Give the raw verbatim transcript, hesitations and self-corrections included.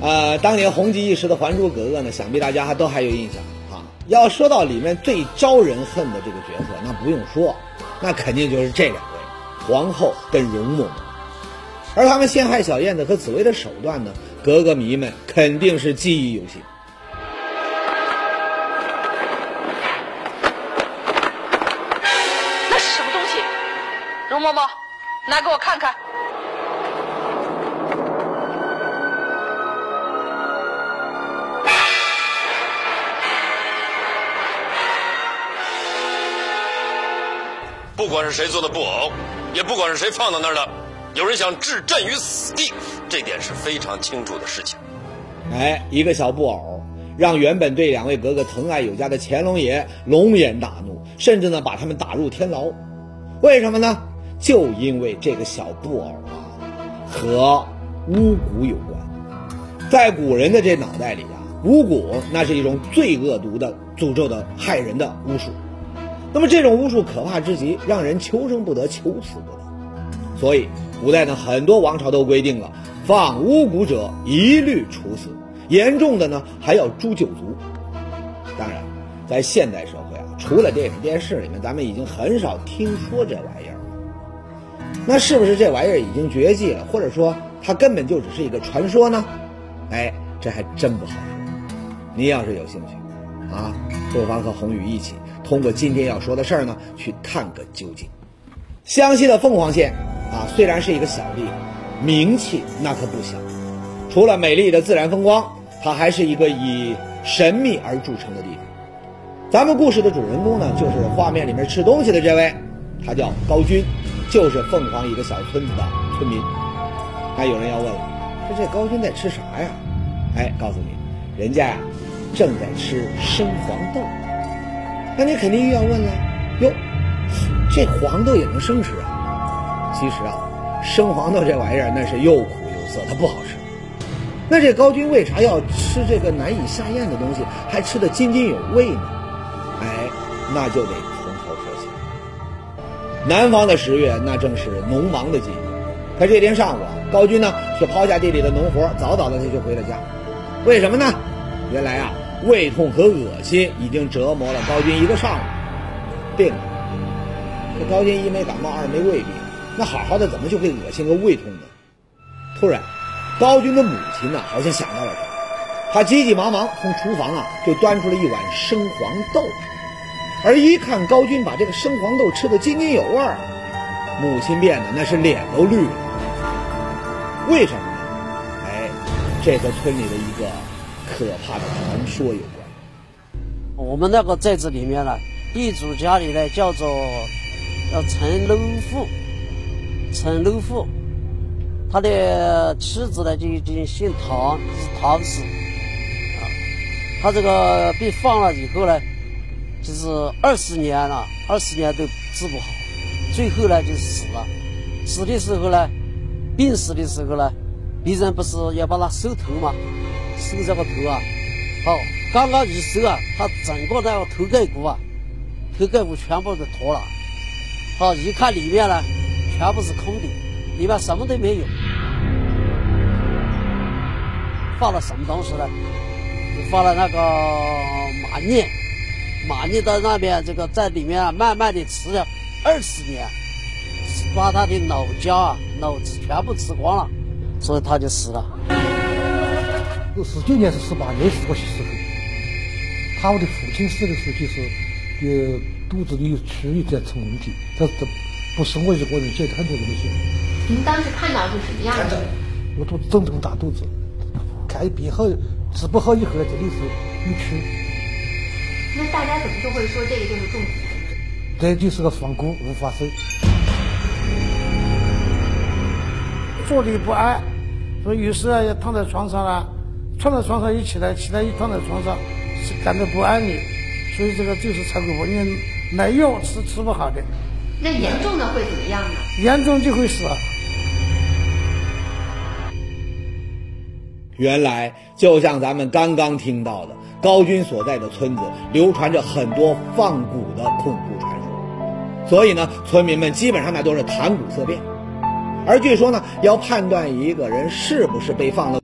呃，当年红极一时的《还珠格格》呢，想必大家还都还有印象啊。要说到里面最招人恨的这个角色，那不用说，那肯定就是这两位皇后跟容嬷嬷。而他们陷害小燕子和紫薇的手段呢，格格迷们肯定是记忆犹新。 那是什么东西？容嬷嬷，拿给我看看。 不管是谁做的布偶，也不管是谁放到那儿的，有人想置朕于死地，这点是非常清楚的事情。 哎，一个小布偶让原本对两位格格疼爱有加的乾隆爷龙颜大怒，甚至呢把他们打入天牢。为什么呢？就因为这个小布偶啊和巫蛊有关。在古人的这脑袋里啊，巫蛊那是一种最恶毒的诅咒的害人的巫术。那么这种巫术可怕之极，让人求生不得，求死不得。所以古代呢，很多王朝都规定了，放巫蛊者一律处死，严重的呢还要诛九族。当然，在现代社会啊，除了电影电视里面，咱们已经很少听说这玩意儿了。那是不是这玩意儿已经绝迹了，或者说它根本就只是一个传说呢？哎，这还真不好说。你要是有兴趣啊，不妨和宏宇一起通过今天要说的事儿呢，去探个究竟。湘西的凤凰县啊，虽然是一个小地，名气那可不小。除了美丽的自然风光，它还是一个以神秘而著称的地方。咱们故事的主人公呢，就是画面里面吃东西的这位，他叫高军，就是凤凰一个小村子的村民。还有人要问了，说这高军在吃啥呀？哎，告诉你，人家呀正在吃生黄豆。那你肯定又要问了，哟，这黄豆也能生吃啊？其实啊，生黄豆这玩意儿那是又苦又涩，它不好吃。那这高军为啥要吃这个难以下咽的东西，还吃得津津有味呢？哎，那就得从头说起。南方的十月，那正是农忙的季节。可这天上午啊，高军呢却抛下地里的农活，早早的他就回了家。为什么呢？原来啊，胃痛和恶心已经折磨了高军一个上午，病了。这高军一没感冒，二没胃病，那好好的怎么就会恶心和胃痛呢？突然，高军的母亲呢，好像想到了什么，她急急忙忙从厨房啊就端出了一碗生黄豆，而一看高军把这个生黄豆吃得津津有味儿，母亲变得那是脸都绿了。为什么呢？哎，这和村里的一个可怕的传说有关。 我们那个寨子里面呢，地主家里呢叫做叫陈楼富，陈楼富，他的妻子呢就就姓唐，是唐氏啊。他这个被放了以后呢，就是二十年了，二十年都治不好，最后呢就死了。死的时候呢，病死的时候呢，别人不是要把他收头吗？收这个头啊，好，刚刚一收啊，他整个那个头盖骨啊，头盖骨全部都脱了。好，一看里面呢，全部是空的，里面什么都没有。放了什么东西呢？放了那个马念，马念到那边这个在里面啊，慢慢的吃了二十年，把他的脑浆啊、脑子全部吃光了，所以他就死了。 十九年是十八年死过去时候，他我的父亲死的时候就是呃肚子里有蛆一直在出问题，这这不是我一个人写的，很多人都写。 您当时看到是什么样的？ 我肚子整整大肚子，看病好治不好以后呢，这里是有蛆。 那大家怎么就会说这个就是中毒？ 这就是个双骨无法收。 坐立不安，所以有时啊也躺在床上啊，躺在床上一起来，起来一躺在床上是感到不安宁，所以这个就是柴胡因为买药吃吃不好的。 那严重的会怎么样呢？ 严重就会死啊。 原来就像咱们刚刚听到的，高军所在的村子流传着很多放蛊的恐怖传说，所以呢，村民们基本上那都是谈蛊色变。而据说呢，要判断一个人是不是被放了